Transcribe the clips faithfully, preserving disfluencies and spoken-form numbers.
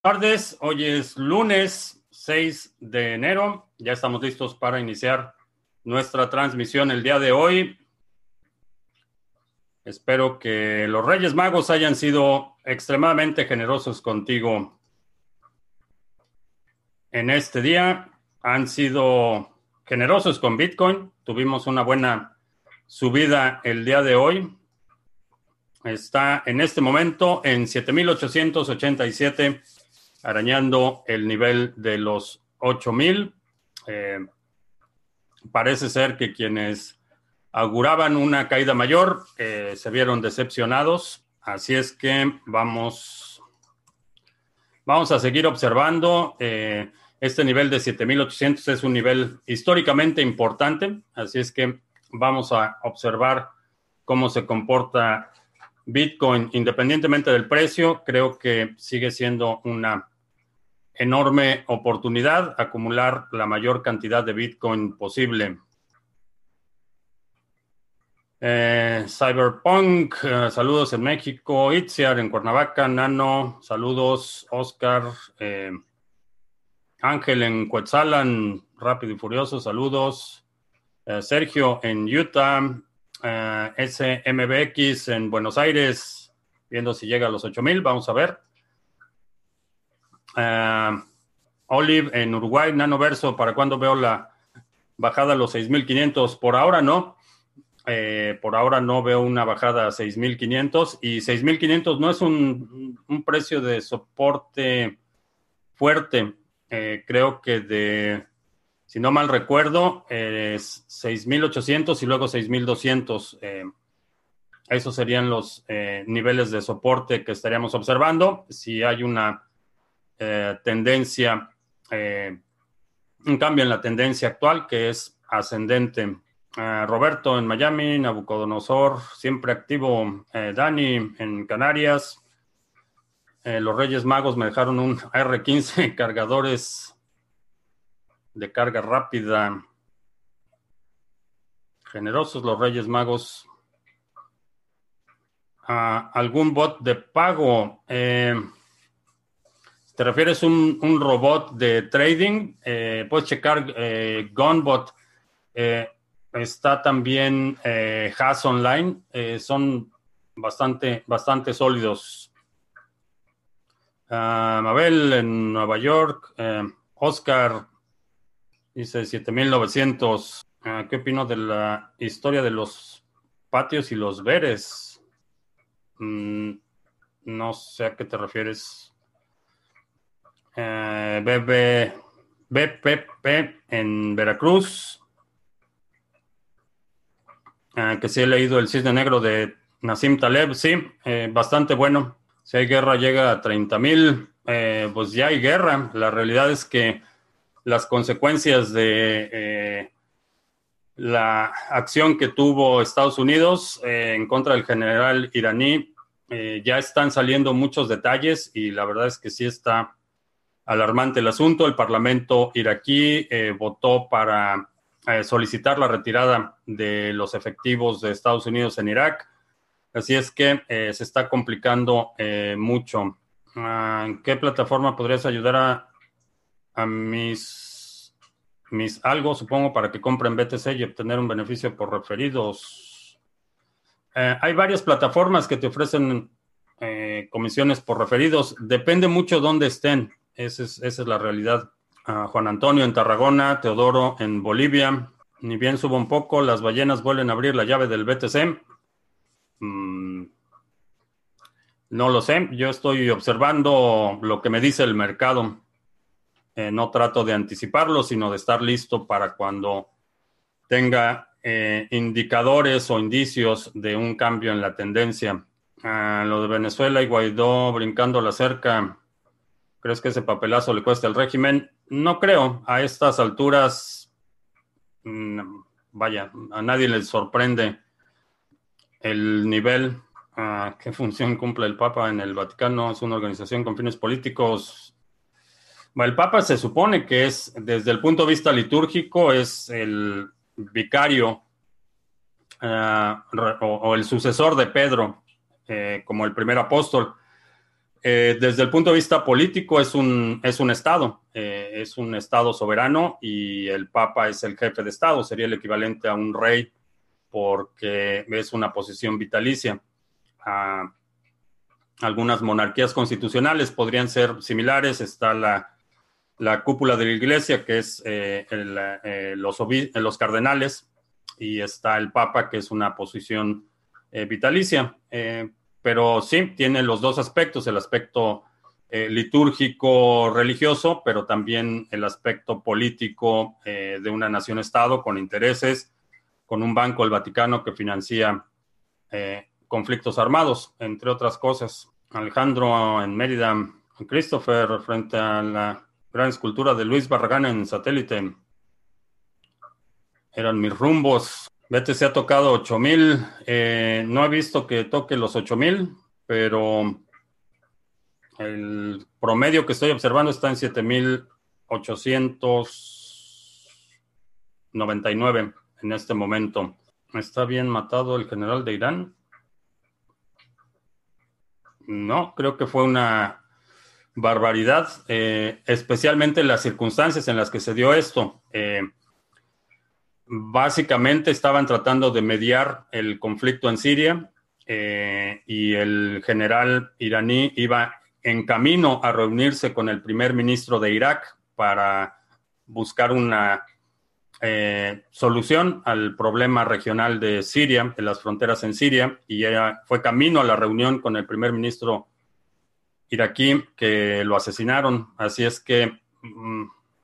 Tardes, hoy es lunes seis de enero, ya estamos listos para iniciar nuestra transmisión el día de hoy. Espero que los Reyes Magos hayan sido extremadamente generosos contigo en este día. Han sido generosos con Bitcoin, tuvimos una buena subida el día de hoy. Está en este momento en siete mil ochocientos ochenta y siete, arañando el nivel de los ocho mil. Eh, parece ser que quienes auguraban una caída mayor eh, se vieron decepcionados. Así es que vamos, vamos a seguir observando. Eh, este nivel de siete mil ochocientos es un nivel históricamente importante. Así es que vamos a observar cómo se comporta Bitcoin independientemente del precio. Creo que sigue siendo una enorme oportunidad acumular la mayor cantidad de Bitcoin posible. Eh, Cyberpunk, eh, saludos en México. Itziar en Cuernavaca. Nano, saludos. Oscar, eh, Ángel en Cuetzalan, Rápido y Furioso, saludos. Eh, Sergio en Utah. Eh, S M B X en Buenos Aires, viendo si llega a los ocho mil. Vamos a ver. Uh, Olive en Uruguay, Nanoverso, ¿para cuándo veo la bajada a los seis mil quinientos? Por ahora no, eh, por ahora no veo una bajada a seis mil quinientos, y seis mil quinientos no es un, un precio de soporte fuerte. Eh, creo que de, si no mal recuerdo, es seis mil ochocientos y luego seis mil doscientos. Eh, esos serían los eh, niveles de soporte que estaríamos observando. Si hay una Eh, tendencia, eh, un cambio en la tendencia actual que es ascendente. Eh, Roberto en Miami, Nabucodonosor, siempre activo. Eh, Dani en Canarias. Eh, los Reyes Magos me dejaron un R quince cargadores de carga rápida. Generosos los Reyes Magos. Uh, ¿Algún bot de pago? Eh, ¿Te refieres a un, un robot de trading? Eh, puedes checar eh, Gunbot. Eh, está también eh, Haas Online. Eh, son bastante, bastante sólidos. Uh, Mabel en Nueva York. Eh, Oscar dice siete mil novecientos. Uh, ¿Qué opino de la historia de los patios y los veres? Mm, no sé a qué te refieres. Eh, B B, B P P en Veracruz, eh, que sí he leído El Cisne Negro de Nassim Taleb, sí, eh, bastante bueno. Si hay guerra llega a treinta mil, eh, pues ya hay guerra. La realidad es que las consecuencias de eh, la acción que tuvo Estados Unidos eh, en contra del general iraní, eh, ya están saliendo muchos detalles y la verdad es que sí está alarmante el asunto. El Parlamento iraquí eh, votó para eh, solicitar la retirada de los efectivos de Estados Unidos en Irak. Así es que eh, se está complicando eh, mucho. Uh, ¿En qué plataforma podrías ayudar a, a mis, mis algo, supongo, para que compren B T C y obtener un beneficio por referidos? Eh, hay varias plataformas que te ofrecen eh, comisiones por referidos. Depende mucho dónde estén. Esa es, esa es la realidad. Uh, Juan Antonio en Tarragona, Teodoro en Bolivia. Ni bien subo un poco, las ballenas vuelven a abrir la llave del B T C. Mm, no lo sé, yo estoy observando lo que me dice el mercado. Eh, no trato de anticiparlo, sino de estar listo para cuando tenga eh, indicadores o indicios de un cambio en la tendencia. Uh, lo de Venezuela y Guaidó brincando la cerca. ¿Crees que ese papelazo le cuesta al régimen? No creo. A estas alturas, mmm, vaya, a nadie les sorprende el nivel. Uh, ¿Qué función cumple el Papa en el Vaticano? Es una organización con fines políticos. Bueno, el Papa se supone que es, desde el punto de vista litúrgico, es el vicario uh, o, o el sucesor de Pedro, eh, como el primer apóstol. Eh, desde el punto de vista político es un, es un Estado, eh, es un Estado soberano y el Papa es el jefe de Estado, sería el equivalente a un rey porque es una posición vitalicia. Ah, algunas monarquías constitucionales podrían ser similares, está la, la cúpula de la iglesia que es eh, el, eh, los, obi- los cardenales y está el Papa que es una posición eh, vitalicia. Eh, pero sí, tiene los dos aspectos, el aspecto eh, litúrgico religioso, pero también el aspecto político eh, de una nación-estado con intereses, con un banco, el Vaticano, que financia eh, conflictos armados, entre otras cosas. Alejandro en Mérida, Christopher frente a la gran escultura de Luis Barragán en satélite. Eran mis rumbos. B T C ha tocado ocho mil. Eh, no he visto que toque los ocho mil, pero el promedio que estoy observando está en siete mil ochocientos noventa y nueve en este momento. ¿Está bien matado el general de Irán? No, creo que fue una barbaridad, eh, especialmente las circunstancias en las que se dio esto. Eh, básicamente estaban tratando de mediar el conflicto en Siria eh, y el general iraní iba en camino a reunirse con el primer ministro de Irak para buscar una eh, solución al problema regional de Siria, de las fronteras en Siria, y ella fue camino a la reunión con el primer ministro iraquí que lo asesinaron. Así es que mmm,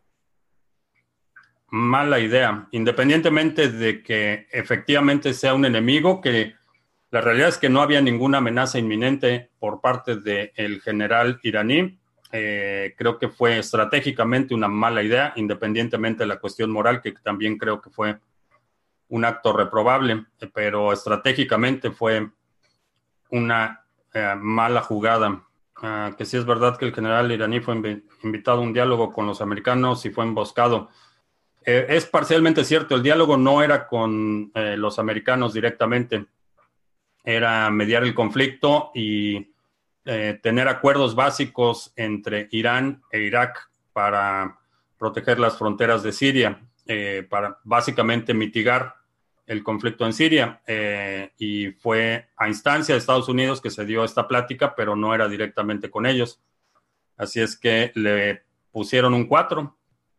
mala idea, independientemente de que efectivamente sea un enemigo, que la realidad es que no había ninguna amenaza inminente por parte del general iraní. Eh, creo que fue estratégicamente una mala idea, independientemente de la cuestión moral, que también creo que fue un acto reprobable, pero estratégicamente fue una eh, mala jugada. Uh, que sí es verdad que el general iraní fue inv invitado a un diálogo con los americanos y fue emboscado. Eh, es parcialmente cierto, el diálogo no era con eh, los americanos directamente, era mediar el conflicto y eh, tener acuerdos básicos entre Irán e Irak para proteger las fronteras de Siria, eh, para básicamente mitigar el conflicto en Siria. Eh, y fue a instancia de Estados Unidos que se dio esta plática, pero no era directamente con ellos. Así es que le pusieron un cuatro.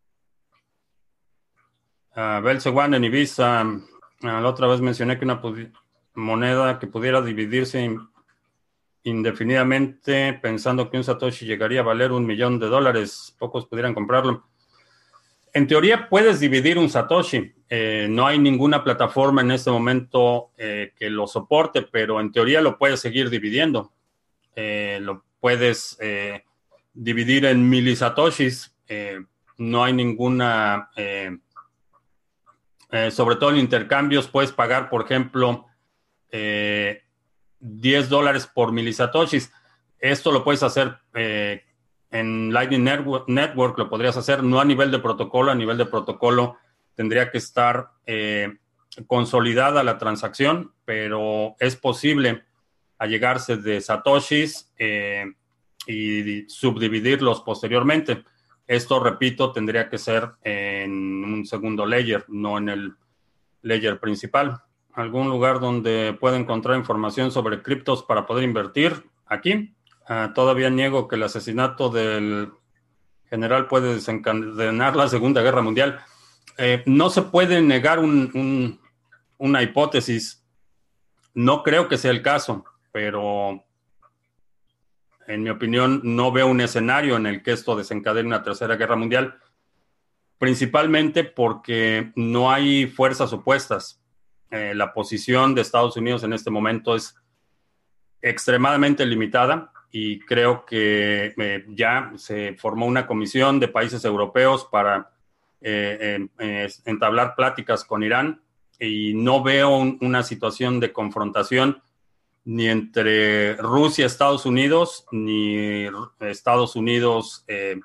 Uh, Belcewan en Ibiza, uh, la otra vez mencioné que una moneda que pudiera dividirse in indefinidamente, pensando que un Satoshi llegaría a valer un millón de dólares, pocos pudieran comprarlo. En teoría puedes dividir un Satoshi, eh, no hay ninguna plataforma en este momento eh, que lo soporte, pero en teoría lo puedes seguir dividiendo. Eh, lo puedes eh, dividir en milisatoshis, eh, no hay ninguna... Eh, Eh, sobre todo en intercambios, puedes pagar, por ejemplo, eh, diez dólares por milisatoshis. Esto lo puedes hacer eh, en Lightning Network, Network, lo podrías hacer no a nivel de protocolo, a nivel de protocolo tendría que estar eh, consolidada la transacción, pero es posible allegarse de satoshis eh, y subdividirlos posteriormente. Esto, repito, tendría que ser en un segundo layer, no en el layer principal. ¿Algún lugar donde pueda encontrar información sobre criptos para poder invertir? Aquí. Uh, todavía niego que el asesinato del general puede desencadenar la Segunda Guerra Mundial. Eh, no se puede negar un, un, una hipótesis. No creo que sea el caso, pero en mi opinión no veo un escenario en el que esto desencadene una Tercera Guerra Mundial, principalmente porque no hay fuerzas opuestas. Eh, la posición de Estados Unidos en este momento es extremadamente limitada y creo que eh, ya se formó una comisión de países europeos para eh, eh, entablar pláticas con Irán y no veo un, una situación de confrontación ni entre Rusia, Estados Unidos, ni Estados Unidos, eh,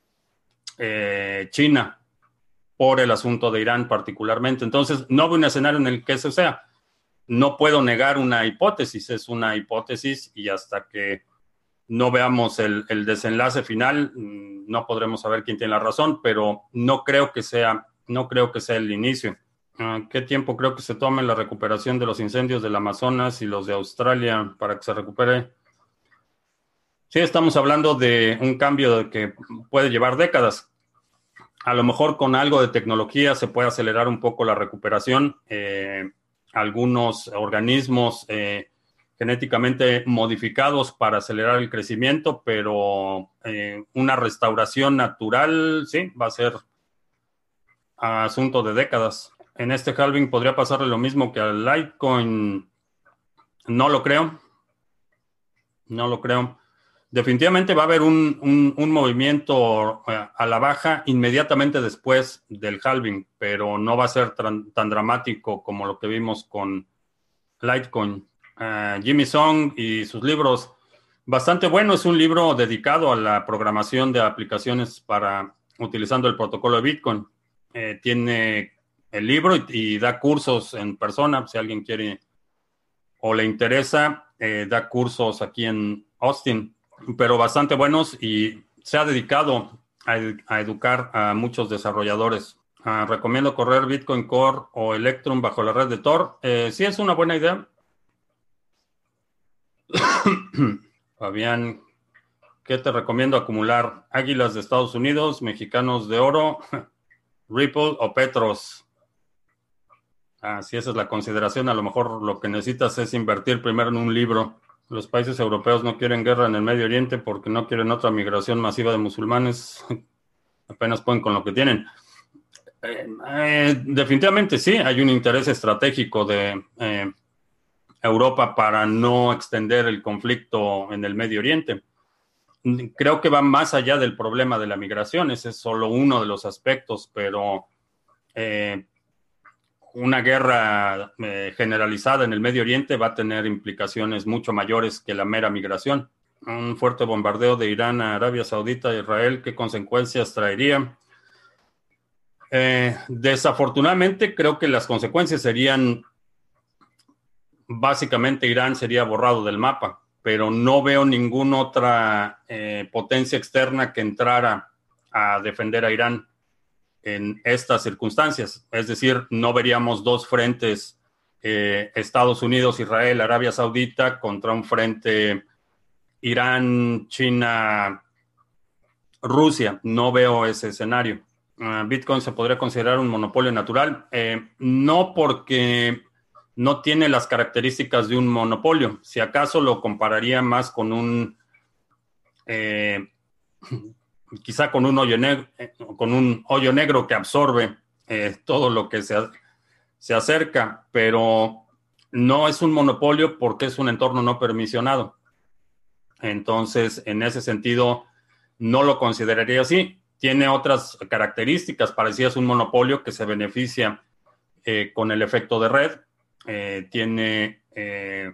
eh, China, por el asunto de Irán particularmente. Entonces, no veo un escenario en el que eso sea. No puedo negar una hipótesis, es una hipótesis y hasta que no veamos el, el desenlace final, no podremos saber quién tiene la razón, pero no creo que sea, no creo que sea el inicio. Uh, ¿Qué tiempo creo que se tome la recuperación de los incendios del Amazonas y los de Australia para que se recupere? Sí, estamos hablando de un cambio que puede llevar décadas. A lo mejor con algo de tecnología se puede acelerar un poco la recuperación. Eh, algunos organismos eh, genéticamente modificados para acelerar el crecimiento, pero eh, una restauración natural, sí, va a ser asunto de décadas. En este halving podría pasarle lo mismo que al Litecoin. No lo creo. No lo creo. Definitivamente va a haber un, un, un movimiento eh, a la baja inmediatamente después del halving, pero no va a ser tan, tan dramático como lo que vimos con Litecoin. Uh, Jimmy Song y sus libros, bastante bueno. Es un libro dedicado a la programación de aplicaciones para utilizando el protocolo de Bitcoin. Eh, tiene el libro y, y da cursos en persona, si alguien quiere o le interesa, eh, da cursos aquí en Austin, pero bastante buenos y se ha dedicado a, a educar a muchos desarrolladores. Uh, recomiendo correr Bitcoin Core o Electrum bajo la red de Tor. Eh, sí, es una buena idea. Fabián, ¿qué te recomiendo acumular? Águilas de Estados Unidos, Mexicanos de Oro, Ripple o Petros. Ah, si esa es la consideración, a lo mejor lo que necesitas es invertir primero en un libro. Los países europeos no quieren guerra en el Medio Oriente porque no quieren otra migración masiva de musulmanes. Apenas pueden con lo que tienen. Eh, eh, definitivamente sí, hay un interés estratégico de eh, Europa para no extender el conflicto en el Medio Oriente. Creo que va más allá del problema de la migración, ese es solo uno de los aspectos, pero eh, una guerra eh, generalizada en el Medio Oriente va a tener implicaciones mucho mayores que la mera migración. Un fuerte bombardeo de Irán a Arabia Saudita e Israel, ¿qué consecuencias traería? Eh, desafortunadamente, creo que las consecuencias serían, básicamente Irán sería borrado del mapa, pero no veo ninguna otra eh, potencia externa que entrara a defender a Irán en estas circunstancias. Es decir, no veríamos dos frentes, eh, Estados Unidos, Israel, Arabia Saudita, contra un frente Irán, China, Rusia. No veo ese escenario. Uh, Bitcoin se podría considerar un monopolio natural. Eh, no porque no tiene las características de un monopolio. Si acaso lo compararía más con un, eh, quizá con un hoyo negro, con un hoyo negro que absorbe eh, todo lo que se, se acerca, pero no es un monopolio porque es un entorno no permisionado. Entonces, en ese sentido, no lo consideraría así. Tiene otras características parecidas a un monopolio que se beneficia eh, con el efecto de red. Eh, tiene eh,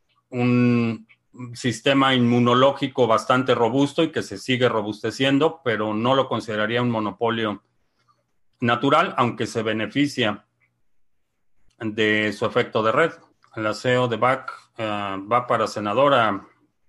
un sistema inmunológico bastante robusto y que se sigue robusteciendo, pero no lo consideraría un monopolio natural, aunque se beneficia de su efecto de red. La C E O de B A C uh, va para senadora.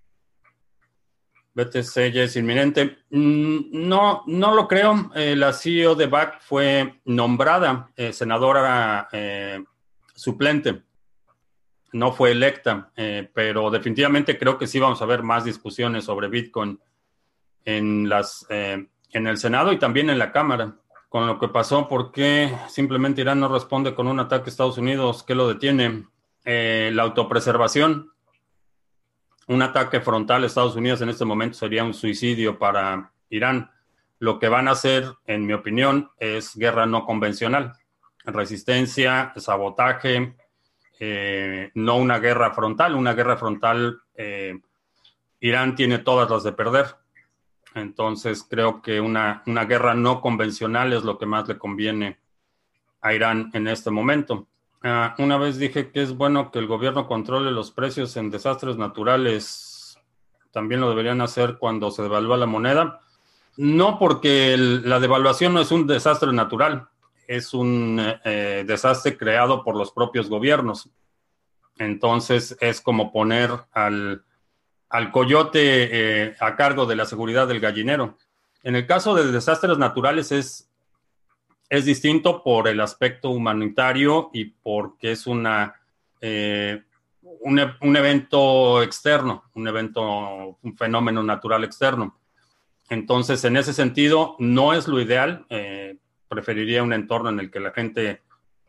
B T C ya es inminente. Mm, no, no lo creo. Eh, la C E O de B A C fue nombrada eh, senadora eh, suplente. No fue electa, eh, pero definitivamente creo que sí vamos a ver más discusiones sobre Bitcoin en, las, eh, en el Senado y también en la Cámara. Con lo que pasó, ¿por qué simplemente Irán no responde con un ataque a Estados Unidos? ¿Qué lo detiene? Eh, la autopreservación. Un ataque frontal a Estados Unidos en este momento sería un suicidio para Irán. Lo que van a hacer, en mi opinión, es guerra no convencional. Resistencia, sabotaje, eh, no una guerra frontal. Una guerra frontal, eh, Irán tiene todas las de perder. Entonces creo que una, una guerra no convencional es lo que más le conviene a Irán en este momento. Uh, una vez dije que es bueno que el gobierno controle los precios en desastres naturales. También lo deberían hacer cuando se devalúa la moneda. No, porque el, la devaluación no es un desastre natural, es un eh, desastre creado por los propios gobiernos. Entonces es como poner al, al coyote eh, a cargo de la seguridad del gallinero. En el caso de desastres naturales es, es distinto por el aspecto humanitario y porque es una, eh, un, e- un evento externo, un evento, un fenómeno natural externo. Entonces, en ese sentido, no es lo ideal. Eh, preferiría un entorno en el que la gente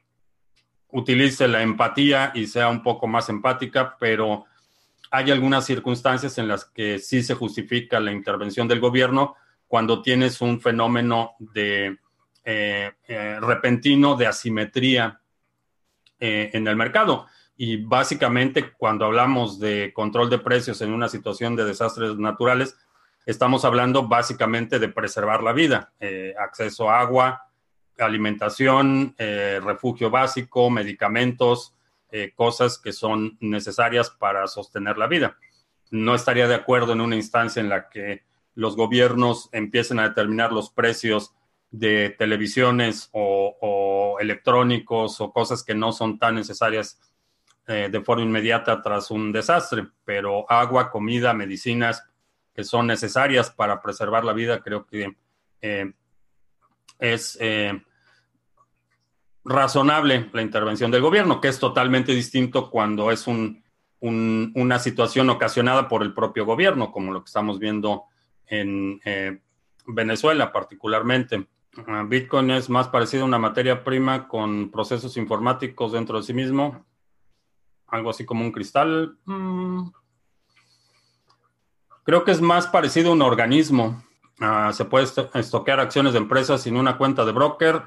utilice la empatía y sea un poco más empática, pero hay algunas circunstancias en las que sí se justifica la intervención del gobierno cuando tienes un fenómeno de eh, eh, repentino de asimetría eh, en el mercado. Y básicamente cuando hablamos de control de precios en una situación de desastres naturales, estamos hablando básicamente de preservar la vida, eh, acceso a agua, alimentación, eh, refugio básico, medicamentos, eh, cosas que son necesarias para sostener la vida. No estaría de acuerdo en una instancia en la que los gobiernos empiecen a determinar los precios de televisiones o, o electrónicos o cosas que no son tan necesarias eh, de forma inmediata tras un desastre, pero agua, comida, medicinas que son necesarias para preservar la vida, creo que eh, es eh, razonable la intervención del gobierno, que es totalmente distinto cuando es un, un, una situación ocasionada por el propio gobierno, como lo que estamos viendo en eh, Venezuela particularmente. Uh, Bitcoin es más parecido a una materia prima con procesos informáticos dentro de sí mismo, algo así como un cristal. Mm, creo que es más parecido a un organismo. Uh, se puede est estoquear acciones de empresas sin una cuenta de broker.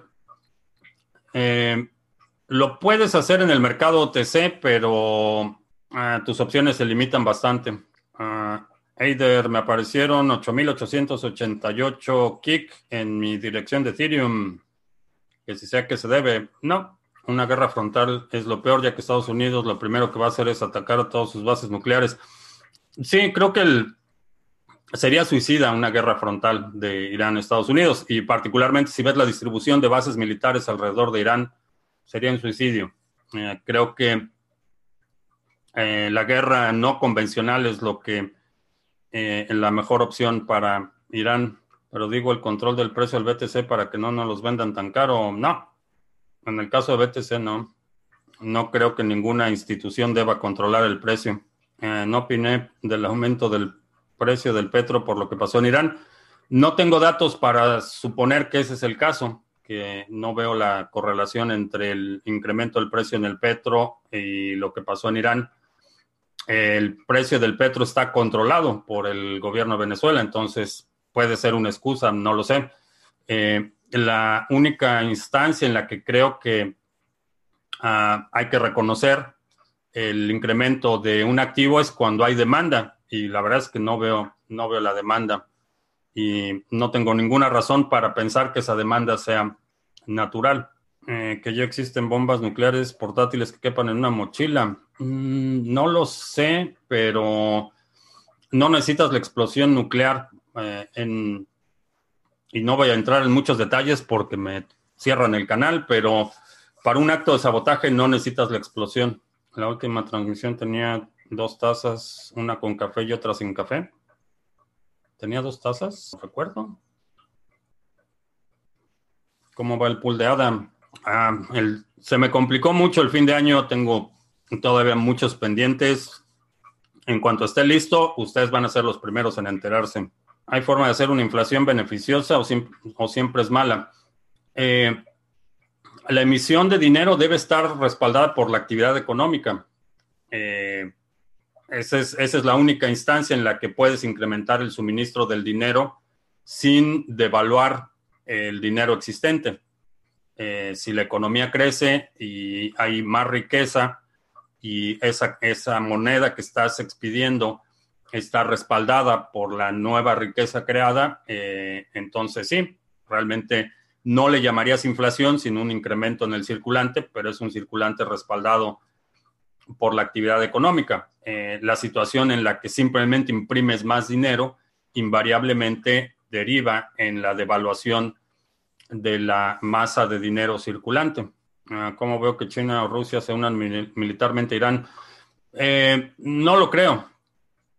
Eh, lo puedes hacer en el mercado O T C, pero uh, tus opciones se limitan bastante. Uh, Eider, me aparecieron ocho mil ochocientos ochenta y ocho kick en mi dirección de Ethereum, que si sea que se debe. No, una guerra frontal es lo peor, ya que Estados Unidos lo primero que va a hacer es atacar a todas sus bases nucleares. Sí, creo que el, sería suicida una guerra frontal de Irán a Estados Unidos, y particularmente si ves la distribución de bases militares alrededor de Irán, sería un suicidio. Eh, creo que eh, la guerra no convencional es lo que eh, la mejor opción para Irán. Pero digo, el control del precio del B T C para que no nos los vendan tan caro, no. En el caso de B T C, no. No creo que ninguna institución deba controlar el precio. Eh, no opiné del aumento del precio del petro por lo que pasó en Irán. No tengo datos para suponer que ese es el caso, que no veo la correlación entre el incremento del precio en el petro y lo que pasó en Irán. El precio del petro está controlado por el gobierno de Venezuela, entonces puede ser una excusa, no lo sé. Eh, la única instancia en la que creo que uh, hay que reconocer el incremento de un activo es cuando hay demanda, y la verdad es que no veo, no veo la demanda y no tengo ninguna razón para pensar que esa demanda sea natural. Eh, que ya existen bombas nucleares portátiles que quepan en una mochila. Mm, no lo sé, pero no necesitas la explosión nuclear eh, en, y no voy a entrar en muchos detalles porque me cierran el canal, pero para un acto de sabotaje no necesitas la explosión. La última transmisión tenía dos tazas, una con café y otra sin café. ¿Tenía dos tazas? ¿No recuerdo? ¿Cómo va el pool de Adam? Ah, el, se me complicó mucho el fin de año. Tengo todavía muchos pendientes. En cuanto esté listo, ustedes van a ser los primeros en enterarse. ¿Hay forma de hacer una inflación beneficiosa o, sim o siempre es mala? Eh, la emisión de dinero debe estar respaldada por la actividad económica. Eh, esa, es, esa es la única instancia en la que puedes incrementar el suministro del dinero sin devaluar el dinero existente. Eh, si la economía crece y hay más riqueza y esa, esa moneda que estás expidiendo está respaldada por la nueva riqueza creada, eh, entonces sí, realmente no le llamarías inflación, sino un incremento en el circulante, pero es un circulante respaldado por la actividad económica. Eh, la situación en la que simplemente imprimes más dinero invariablemente deriva en la devaluación de la masa de dinero circulante. Uh, ¿Cómo veo que China o Rusia se unan mil militarmente a Irán? Eh, no lo creo.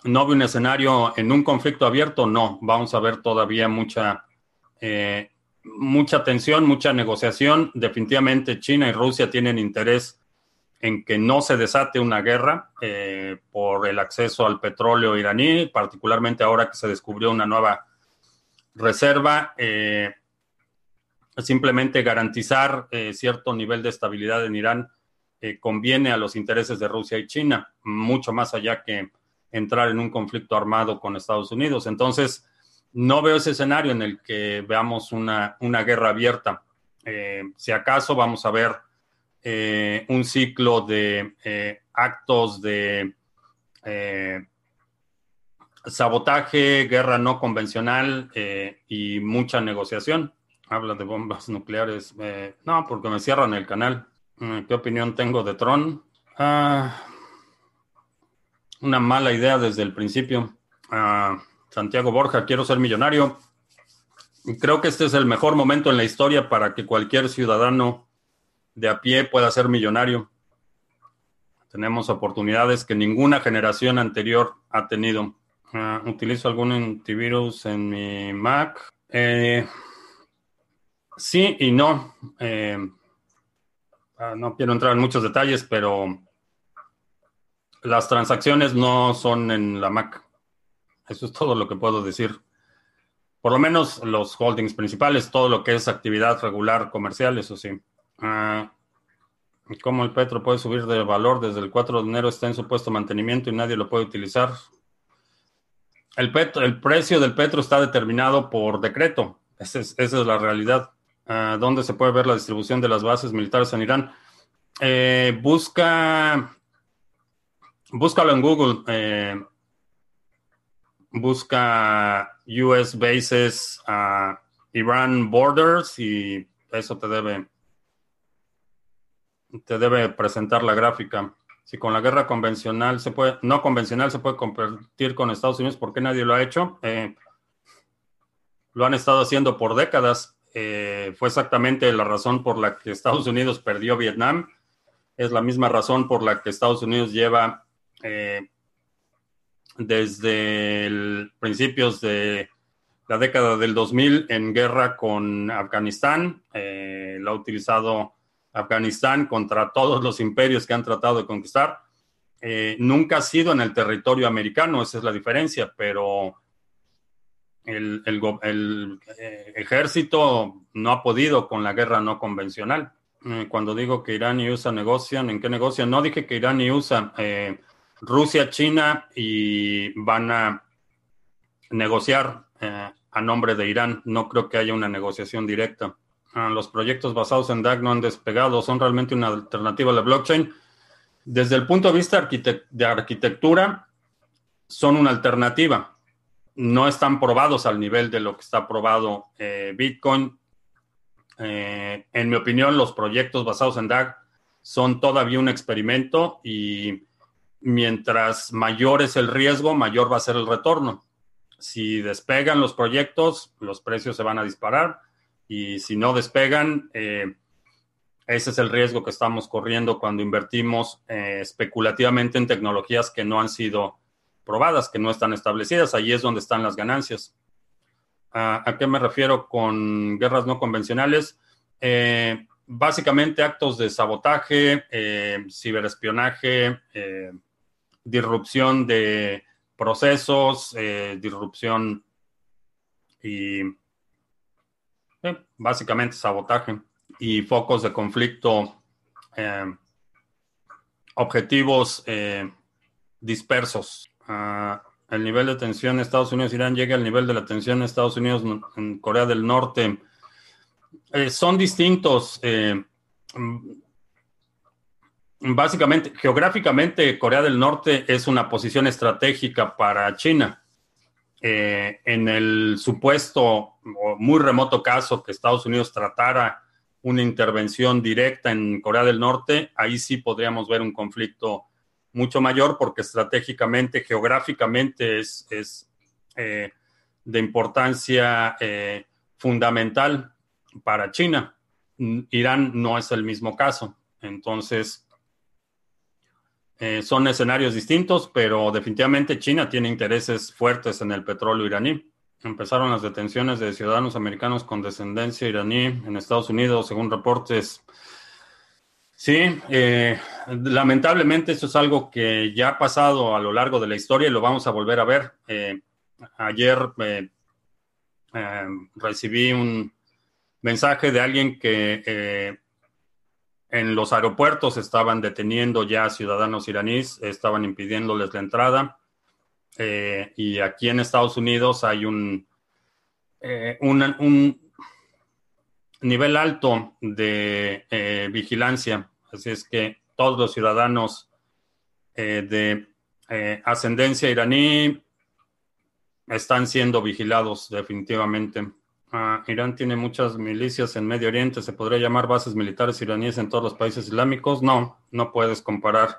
no veo un escenario en un conflicto abierto, no. Vamos a ver todavía mucha, eh, mucha tensión, mucha negociación. Definitivamente China y Rusia tienen interés en que no se desate una guerra eh, por el acceso al petróleo iraní, particularmente ahora que se descubrió una nueva reserva. Eh, simplemente garantizar eh, cierto nivel de estabilidad en Irán eh, conviene a los intereses de Rusia y China, mucho más allá que entrar en un conflicto armado con Estados Unidos. Entonces, no veo ese escenario en el que veamos una, una guerra abierta. Eh, si acaso vamos a ver eh, un ciclo de eh, actos de eh, sabotaje, guerra no convencional eh, y mucha negociación. Habla de bombas nucleares. Eh, no, porque me cierran el canal. Eh, ¿Qué opinión tengo de Tron? Ah, una mala idea desde el principio. Ah, Santiago Borja, quiero ser millonario. Creo que este es el mejor momento en la historia para que cualquier ciudadano de a pie pueda ser millonario. Tenemos oportunidades que ninguna generación anterior ha tenido. Uh, ¿Utilizo algún antivirus en mi Mac? Eh, sí y no. Eh, uh, no quiero entrar en muchos detalles, pero las transacciones no son en la Mac. Eso es todo lo que puedo decir. Por lo menos los holdings principales, todo lo que es actividad regular comercial, eso sí. Uh, ¿Cómo el petro puede subir de valor desde el cuatro de enero? Está en supuesto mantenimiento y nadie lo puede utilizar. El, petro, el precio del petro está determinado por decreto. Esa es, esa es la realidad. Uh, ¿Dónde se puede ver la distribución de las bases militares en Irán? Eh, busca, búscalo en Google. Eh, busca U S Bases, uh, Iran Borders y eso te debe, te debe presentar la gráfica. Si con la guerra convencional se puede, no convencional se puede competir con Estados Unidos, ¿por qué nadie lo ha hecho? Eh, lo han estado haciendo por décadas. Eh, fue exactamente la razón por la que Estados Unidos perdió Vietnam. Es la misma razón por la que Estados Unidos lleva eh, desde el, principios de la década del dos mil en guerra con Afganistán. Eh, lo ha utilizado Afganistán contra todos los imperios que han tratado de conquistar. Eh, nunca ha sido en el territorio americano, esa es la diferencia, pero el, el, el eh, ejército no ha podido con la guerra no convencional. Eh, cuando digo que Irán y U S A negocian, ¿en qué negocian? No dije que Irán y U S A, eh, Rusia, China y van a negociar eh, a nombre de Irán. No creo que haya una negociación directa. Uh, los proyectos basados en D A G no han despegado, son realmente una alternativa a la blockchain. Desde el punto de vista arquitect de arquitectura, son una alternativa. No están probados al nivel de lo que está probado eh, Bitcoin. Eh, en mi opinión, los proyectos basados en D A G son todavía un experimento y mientras mayor es el riesgo, mayor va a ser el retorno. Si despegan los proyectos, los precios se van a disparar y si no despegan, eh, ese es el riesgo que estamos corriendo cuando invertimos eh, especulativamente en tecnologías que no han sido probadas, que no están establecidas. Ahí es donde están las ganancias. ¿A, a qué me refiero con guerras no convencionales? Eh, básicamente actos de sabotaje, eh, ciberespionaje, eh, disrupción de procesos, eh, disrupción y eh, básicamente sabotaje y focos de conflicto, eh, objetivos eh, dispersos. Uh, el nivel de tensión en Estados Unidos-Irán llega al nivel de la tensión en Estados Unidos en Corea del Norte. Eh, son distintos. Eh, básicamente, geográficamente, Corea del Norte es una posición estratégica para China. Eh, en el supuesto o muy remoto caso que Estados Unidos tratara una intervención directa en Corea del Norte, ahí sí podríamos ver un conflicto mucho mayor porque estratégicamente, geográficamente es, es eh, de importancia eh, fundamental para China. Irán no es el mismo caso. Entonces, Eh, son escenarios distintos, pero definitivamente China tiene intereses fuertes en el petróleo iraní. Empezaron las detenciones de ciudadanos americanos con descendencia iraní en Estados Unidos, según reportes. Sí, eh, lamentablemente eso es algo que ya ha pasado a lo largo de la historia y lo vamos a volver a ver. Eh, ayer eh, eh, recibí un mensaje de alguien que eh, en los aeropuertos estaban deteniendo ya a ciudadanos iraníes, estaban impidiéndoles la entrada. Eh, y aquí en Estados Unidos hay un, eh, un, un nivel alto de eh, vigilancia. Así es que todos los ciudadanos eh, de eh, ascendencia iraní están siendo vigilados definitivamente. Uh, Irán tiene muchas milicias en Medio Oriente. ¿Se podría llamar bases militares iraníes en todos los países islámicos? No, no puedes comparar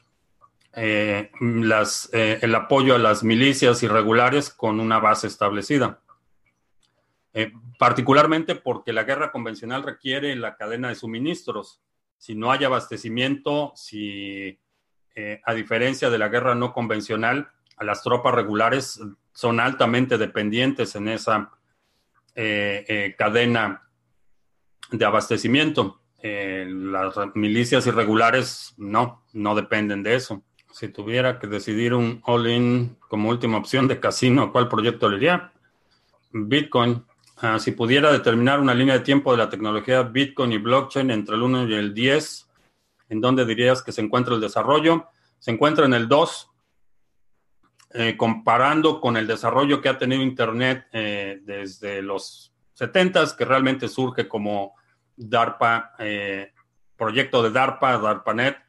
eh, las, eh, el apoyo a las milicias irregulares con una base establecida. Eh, particularmente porque la guerra convencional requiere la cadena de suministros. Si no hay abastecimiento, si eh, a diferencia de la guerra no convencional, las tropas regulares son altamente dependientes en esa eh, eh, cadena de abastecimiento. Eh, las milicias irregulares no, no dependen de eso. Si tuviera que decidir un all-in como última opción de casino, ¿cuál proyecto le iría? Bitcoin. Uh, si pudiera determinar una línea de tiempo de la tecnología Bitcoin y blockchain entre el uno y el diez, ¿en dónde dirías que se encuentra el desarrollo? Se encuentra en el dos, eh, comparando con el desarrollo que ha tenido Internet eh, desde los setentas, que realmente surge como DARPA, eh, proyecto de DARPA, DARPANET.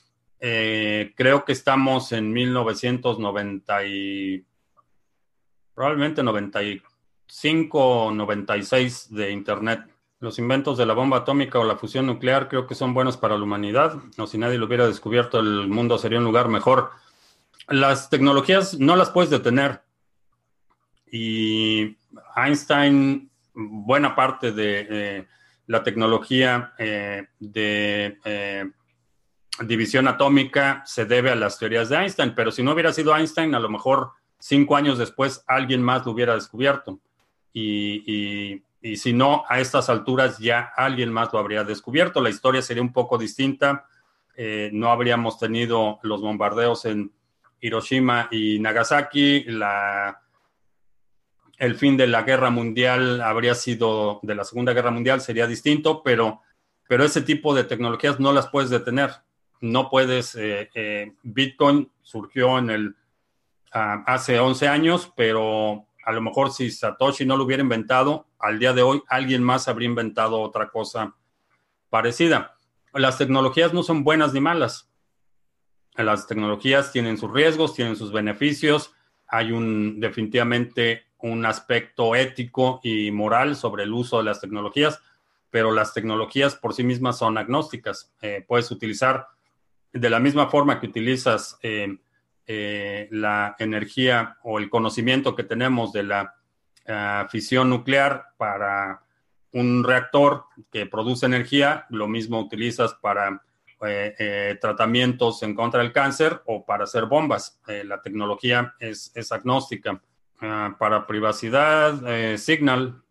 Eh, creo que estamos en mil novecientos noventa y probablemente noventa y cinco o noventa y seis de Internet. Los inventos de la bomba atómica o la fusión nuclear creo que son buenos para la humanidad, o si nadie lo hubiera descubierto, el mundo sería un lugar mejor. Las tecnologías no las puedes detener. Y Einstein, buena parte de eh, la tecnología eh, de eh, división atómica se debe a las teorías de Einstein, pero si no hubiera sido Einstein, a lo mejor cinco años después alguien más lo hubiera descubierto. Y, y, y si no, a estas alturas ya alguien más lo habría descubierto. La historia sería un poco distinta. Eh, no habríamos tenido los bombardeos en Hiroshima y Nagasaki. La, el fin de la guerra mundial habría sido, de la Segunda Guerra Mundial sería distinto, pero, pero ese tipo de tecnologías no las puedes detener. No puedes, eh, eh, Bitcoin surgió en el, uh, hace once años, pero a lo mejor si Satoshi no lo hubiera inventado, al día de hoy alguien más habría inventado otra cosa parecida. Las tecnologías no son buenas ni malas. Las tecnologías tienen sus riesgos, tienen sus beneficios. Hay un definitivamente un aspecto ético y moral sobre el uso de las tecnologías, pero las tecnologías por sí mismas son agnósticas. Eh, puedes utilizar de la misma forma que utilizas eh, eh, la energía o el conocimiento que tenemos de la uh, fisión nuclear para un reactor que produce energía, lo mismo utilizas para eh, eh, tratamientos en contra del cáncer o para hacer bombas. Eh, la tecnología es, es agnóstica. Uh, para privacidad, eh, Signal,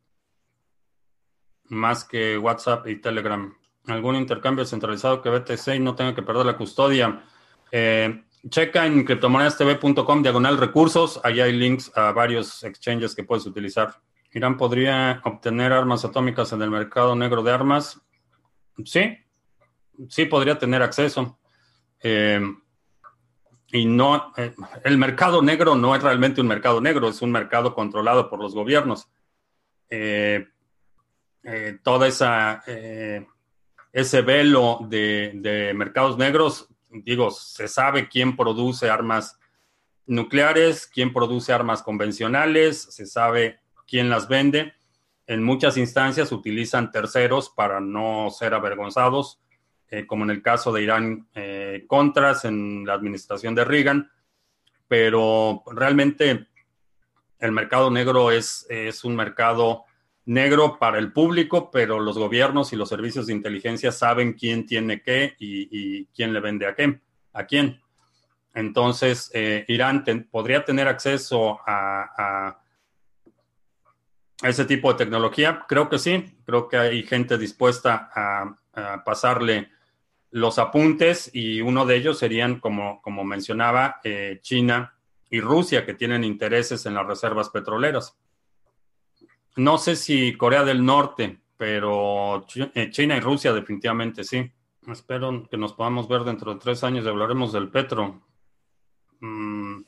más que WhatsApp y Telegram. Algún intercambio centralizado que B T C y no tenga que perder la custodia. Eh, checa en criptomonedastv punto com diagonal recursos. Allá hay links a varios exchanges que puedes utilizar. ¿Irán podría obtener armas atómicas en el mercado negro de armas? Sí, sí podría tener acceso. Eh, y no, eh, el mercado negro no es realmente un mercado negro, es un mercado controlado por los gobiernos. Eh, eh, toda esa... Eh, ese velo de, de mercados negros, digo, se sabe quién produce armas nucleares, quién produce armas convencionales, se sabe quién las vende. En muchas instancias utilizan terceros para no ser avergonzados, eh, como en el caso de Irán eh, Contras en la administración de Reagan, pero realmente el mercado negro es, es un mercado negro para el público, pero los gobiernos y los servicios de inteligencia saben quién tiene qué y, y quién le vende a qué. a quién. Entonces, eh, Irán ten, podría tener acceso a, a ese tipo de tecnología. Creo que sí, creo que hay gente dispuesta a, a pasarle los apuntes y uno de ellos serían, como, como mencionaba, eh, China y Rusia, que tienen intereses en las reservas petroleras. No sé si Corea del Norte, pero China y Rusia definitivamente sí. Espero que nos podamos ver dentro de tres años y hablaremos del petro. Mm,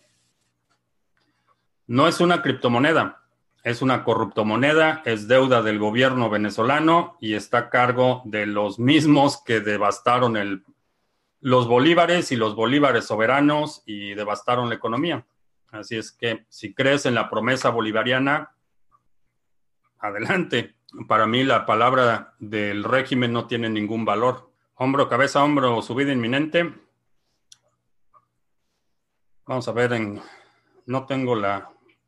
no es una criptomoneda, es una corruptomoneda, es deuda del gobierno venezolano y está a cargo de los mismos que devastaron el, los bolívares y los bolívares soberanos y devastaron la economía. Así es que si crees en la promesa bolivariana, adelante. Para mí la palabra del régimen no tiene ningún valor. Hombro, cabeza, hombro, subida inminente. Vamos a ver en... No tengo la,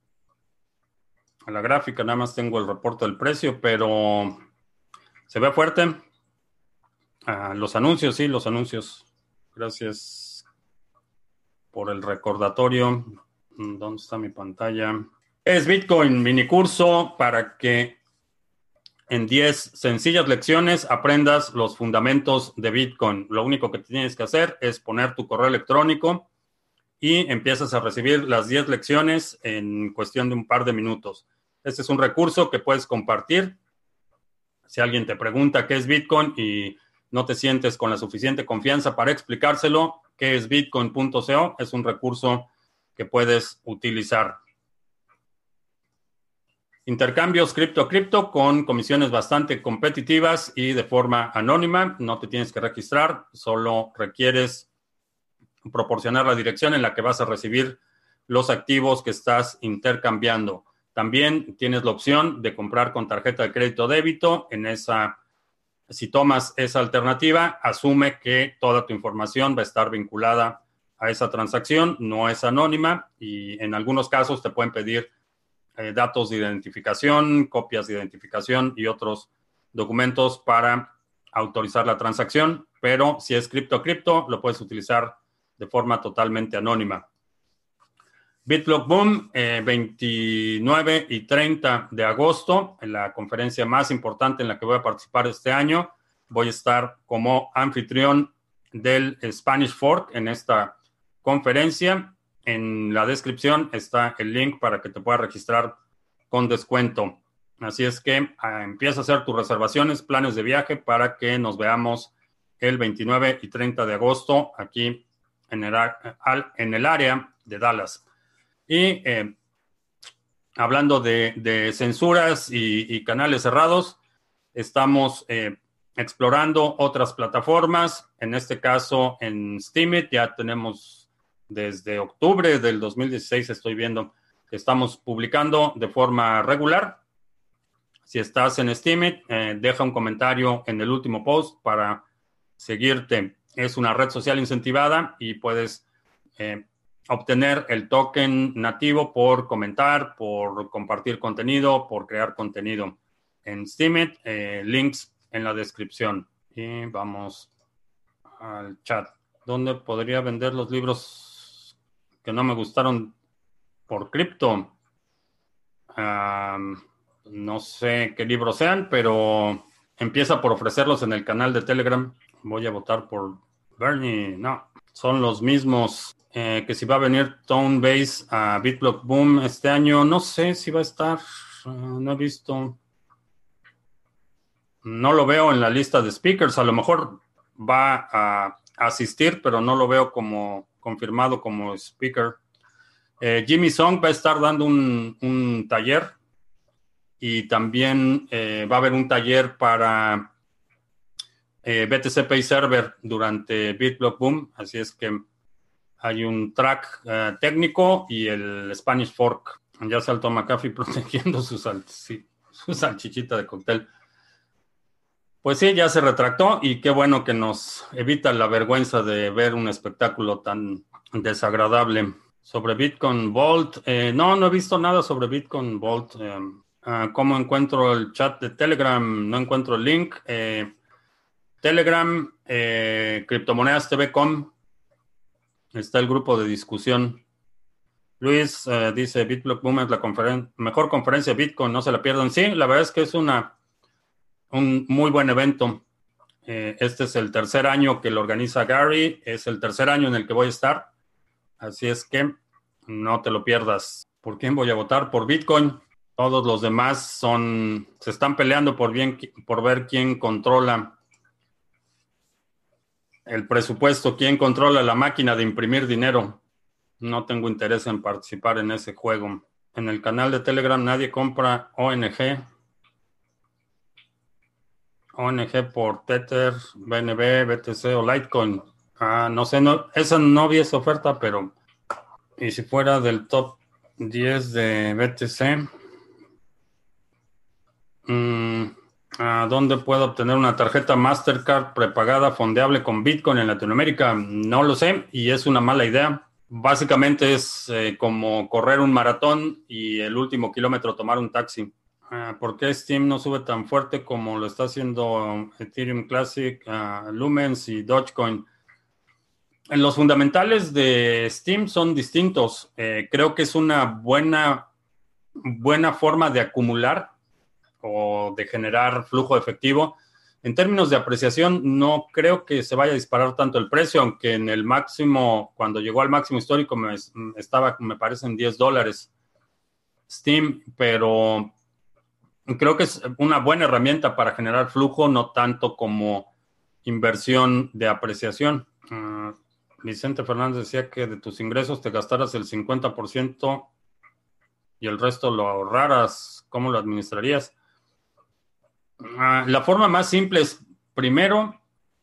la gráfica, nada más tengo el reporte del precio, pero se ve fuerte. Ah, los anuncios, sí, los anuncios. Gracias por el recordatorio. ¿Dónde está mi pantalla? Es Bitcoin, mini curso para que en diez sencillas lecciones aprendas los fundamentos de Bitcoin. Lo único que tienes que hacer es poner tu correo electrónico y empiezas a recibir las diez lecciones en cuestión de un par de minutos. Este es un recurso que puedes compartir. Si alguien te pregunta qué es Bitcoin y no te sientes con la suficiente confianza para explicárselo, qué es bitcoin punto co, es un recurso que puedes utilizar. Intercambios cripto a cripto con comisiones bastante competitivas y de forma anónima. No te tienes que registrar, solo requieres proporcionar la dirección en la que vas a recibir los activos que estás intercambiando. También tienes la opción de comprar con tarjeta de crédito o débito. En esa, si tomas esa alternativa, asume que toda tu información va a estar vinculada a esa transacción, no es anónima y en algunos casos te pueden pedir Eh, datos de identificación, copias de identificación y otros documentos para autorizar la transacción, pero si es cripto a cripto, lo puedes utilizar de forma totalmente anónima. BitBlock Boom, eh, veintinueve y treinta de agosto, en la conferencia más importante en la que voy a participar este año. Voy a estar como anfitrión del Spanish Fork en esta conferencia. En la descripción está el link para que te puedas registrar con descuento. Así es que ah, empieza a hacer tus reservaciones, planes de viaje para que nos veamos el veintinueve y treinta de agosto aquí en el, en el área de Dallas. Y eh, hablando de, de censuras y, y, canales cerrados, estamos eh, explorando otras plataformas. En este caso, en Steemit ya tenemos desde octubre del dos mil dieciséis, estoy viendo que estamos publicando de forma regular. Si estás en Steemit, eh, deja un comentario en el último post para seguirte. Es una red social incentivada y puedes eh, obtener el token nativo por comentar, por compartir contenido, por crear contenido en Steemit. Eh, links en la descripción. Y vamos al chat. ¿Dónde podría vender los libros que no me gustaron por cripto? Um, no sé qué libros sean, pero empieza por ofrecerlos en el canal de Telegram. Voy a votar por Bernie. No, son los mismos. Eh, que si va a venir Tonebase a BitBlock Boom este año, no sé si va a estar. Uh, no he visto. No lo veo en la lista de speakers. A lo mejor va a asistir, pero no lo veo como confirmado como speaker. Eh, Jimmy Song va a estar dando un, un taller y también eh, va a haber un taller para eh, B T C Pay Server durante BitBlock Boom. Así es que hay un track uh, técnico y el Spanish Fork. Ya saltó McAfee protegiendo su, sal sí, su salchichita de cóctel. Pues sí, ya se retractó y qué bueno que nos evita la vergüenza de ver un espectáculo tan desagradable. Sobre Bitcoin Vault, eh, no, no he visto nada sobre Bitcoin Vault. Eh, uh, ¿Cómo encuentro el chat de Telegram? No encuentro el link. Eh, Telegram, eh, criptomonedas T V punto com. Está el grupo de discusión. Luis eh, dice, BitBlock Boom es la conferen- mejor conferencia de Bitcoin, no se la pierdan. Sí, la verdad es que es una, un muy buen evento. Eh, este es el tercer año que lo organiza Gary, es el tercer año en el que voy a estar, así es que no te lo pierdas. ¿Por quién voy a votar? Por Bitcoin. Todos los demás son, se están peleando por, bien, por ver quién controla el presupuesto, quién controla la máquina de imprimir dinero. No tengo interés en participar en ese juego. En el canal de Telegram nadie compra O N G. O N G por Tether, B N B, B T C o Litecoin. Ah, no sé, no, esa no vi esa oferta, pero y si fuera del top diez de B T C, mm, ¿a dónde puedo obtener una tarjeta Mastercard prepagada fondeable con Bitcoin en Latinoamérica? No lo sé y es una mala idea. Básicamente es eh, como correr un maratón y el último kilómetro tomar un taxi. Ah, ¿por qué Steam no sube tan fuerte como lo está haciendo Ethereum Classic, ah, Lumens y Dogecoin? En los fundamentales de Steam son distintos. Eh, creo que es una buena, buena forma de acumular o de generar flujo efectivo. En términos de apreciación, no creo que se vaya a disparar tanto el precio, aunque en el máximo, cuando llegó al máximo histórico, me, estaba, me parece, en diez dólares Steam, pero creo que es una buena herramienta para generar flujo, no tanto como inversión de apreciación. Uh, Vicente Fernández decía que de tus ingresos te gastaras el cincuenta por ciento y el resto lo ahorraras. ¿Cómo lo administrarías? Uh, la forma más simple es, primero,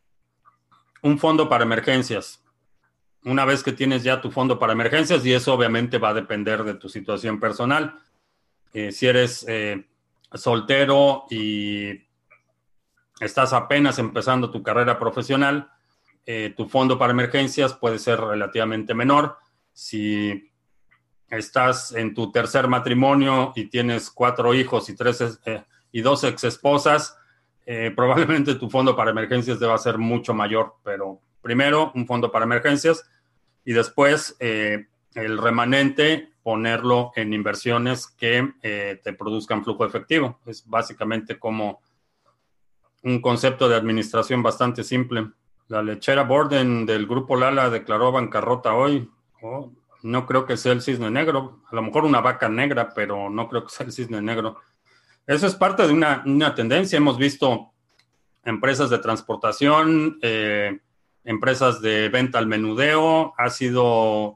un fondo para emergencias. Una vez que tienes ya tu fondo para emergencias, y eso obviamente va a depender de tu situación personal. Eh, si eres eh, soltero y estás apenas empezando tu carrera profesional, eh, tu fondo para emergencias puede ser relativamente menor. Si estás en tu tercer matrimonio y tienes cuatro hijos y, tres, eh, y dos ex esposas, eh, probablemente tu fondo para emergencias deba ser mucho mayor, pero primero un fondo para emergencias y después eh, el remanente ponerlo en inversiones que eh, te produzcan flujo efectivo. Es básicamente como un concepto de administración bastante simple. La lechera Borden del grupo Lala declaró bancarrota hoy. Oh, no creo que sea el cisne negro. A lo mejor una vaca negra, pero no creo que sea el cisne negro. Eso es parte de una, una tendencia. Hemos visto empresas de transportación, eh, empresas de venta al menudeo. Ha sido,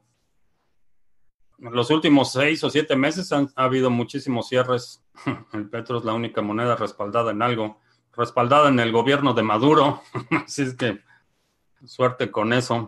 los últimos seis o siete meses han ha habido muchísimos cierres. El petro es la única moneda respaldada en algo, respaldada en el gobierno de Maduro. Así es que suerte con eso.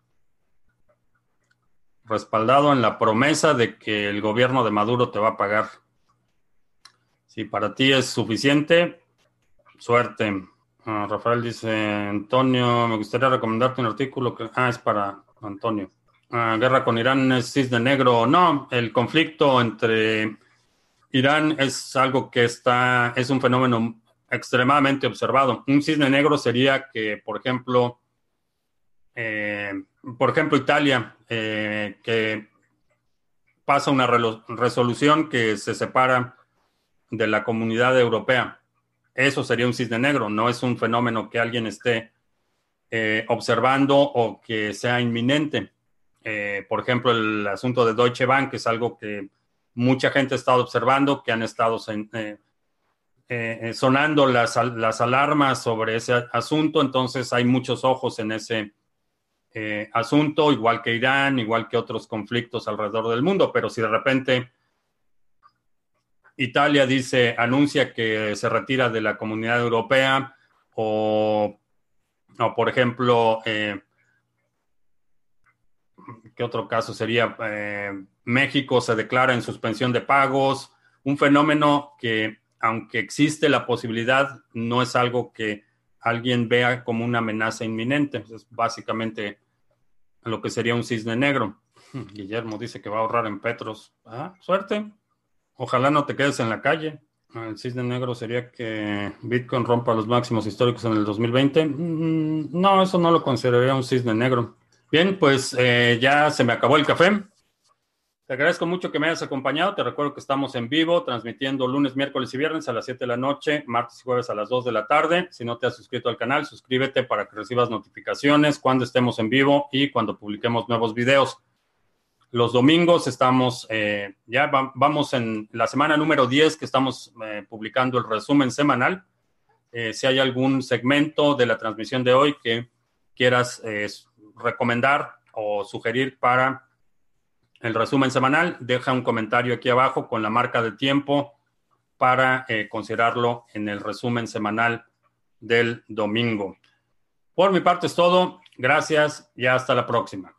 Respaldado en la promesa de que el gobierno de Maduro te va a pagar. Si para ti es suficiente, suerte. Uh, Rafael dice, Antonio, me gustaría recomendarte un artículo que... Ah, es para Antonio. Uh, guerra con Irán es cisne negro. No, el conflicto entre Irán es algo que está, es un fenómeno extremadamente observado. Un cisne negro sería que, por ejemplo, eh, por ejemplo, Italia, eh, que pasa una resolución que se separa de la comunidad europea. Eso sería un cisne negro, no es un fenómeno que alguien esté eh, observando o que sea inminente. Eh, por ejemplo, el asunto de Deutsche Bank es algo que mucha gente ha estado observando, que han estado eh, eh, sonando las, las alarmas sobre ese asunto, entonces hay muchos ojos en ese eh, asunto, igual que Irán, igual que otros conflictos alrededor del mundo, pero si de repente Italia dice, anuncia que se retira de la Comunidad Europea o, o por ejemplo, eh, ¿qué otro caso sería? Eh, México se declara en suspensión de pagos, un fenómeno que, aunque existe la posibilidad, no es algo que alguien vea como una amenaza inminente. Es básicamente lo que sería un cisne negro. Guillermo dice que va a ahorrar en Petros. Ah, suerte. Ojalá no te quedes en la calle. El cisne negro sería que Bitcoin rompa los máximos históricos en el dos mil veinte. Mm, no, eso no lo consideraría un cisne negro. Bien, pues eh, ya se me acabó el café. Te agradezco mucho que me hayas acompañado. Te recuerdo que estamos en vivo, transmitiendo lunes, miércoles y viernes a las siete de la noche, martes y jueves a las dos de la tarde. Si no te has suscrito al canal, suscríbete para que recibas notificaciones cuando estemos en vivo y cuando publiquemos nuevos videos. Los domingos estamos, eh, ya va- vamos en la semana número diez que estamos eh, publicando el resumen semanal. Eh, si hay algún segmento de la transmisión de hoy que quieras eh, recomendar o sugerir para el resumen semanal, deja un comentario aquí abajo con la marca de tiempo para eh, considerarlo en el resumen semanal del domingo. Por mi parte es todo. Gracias y hasta la próxima.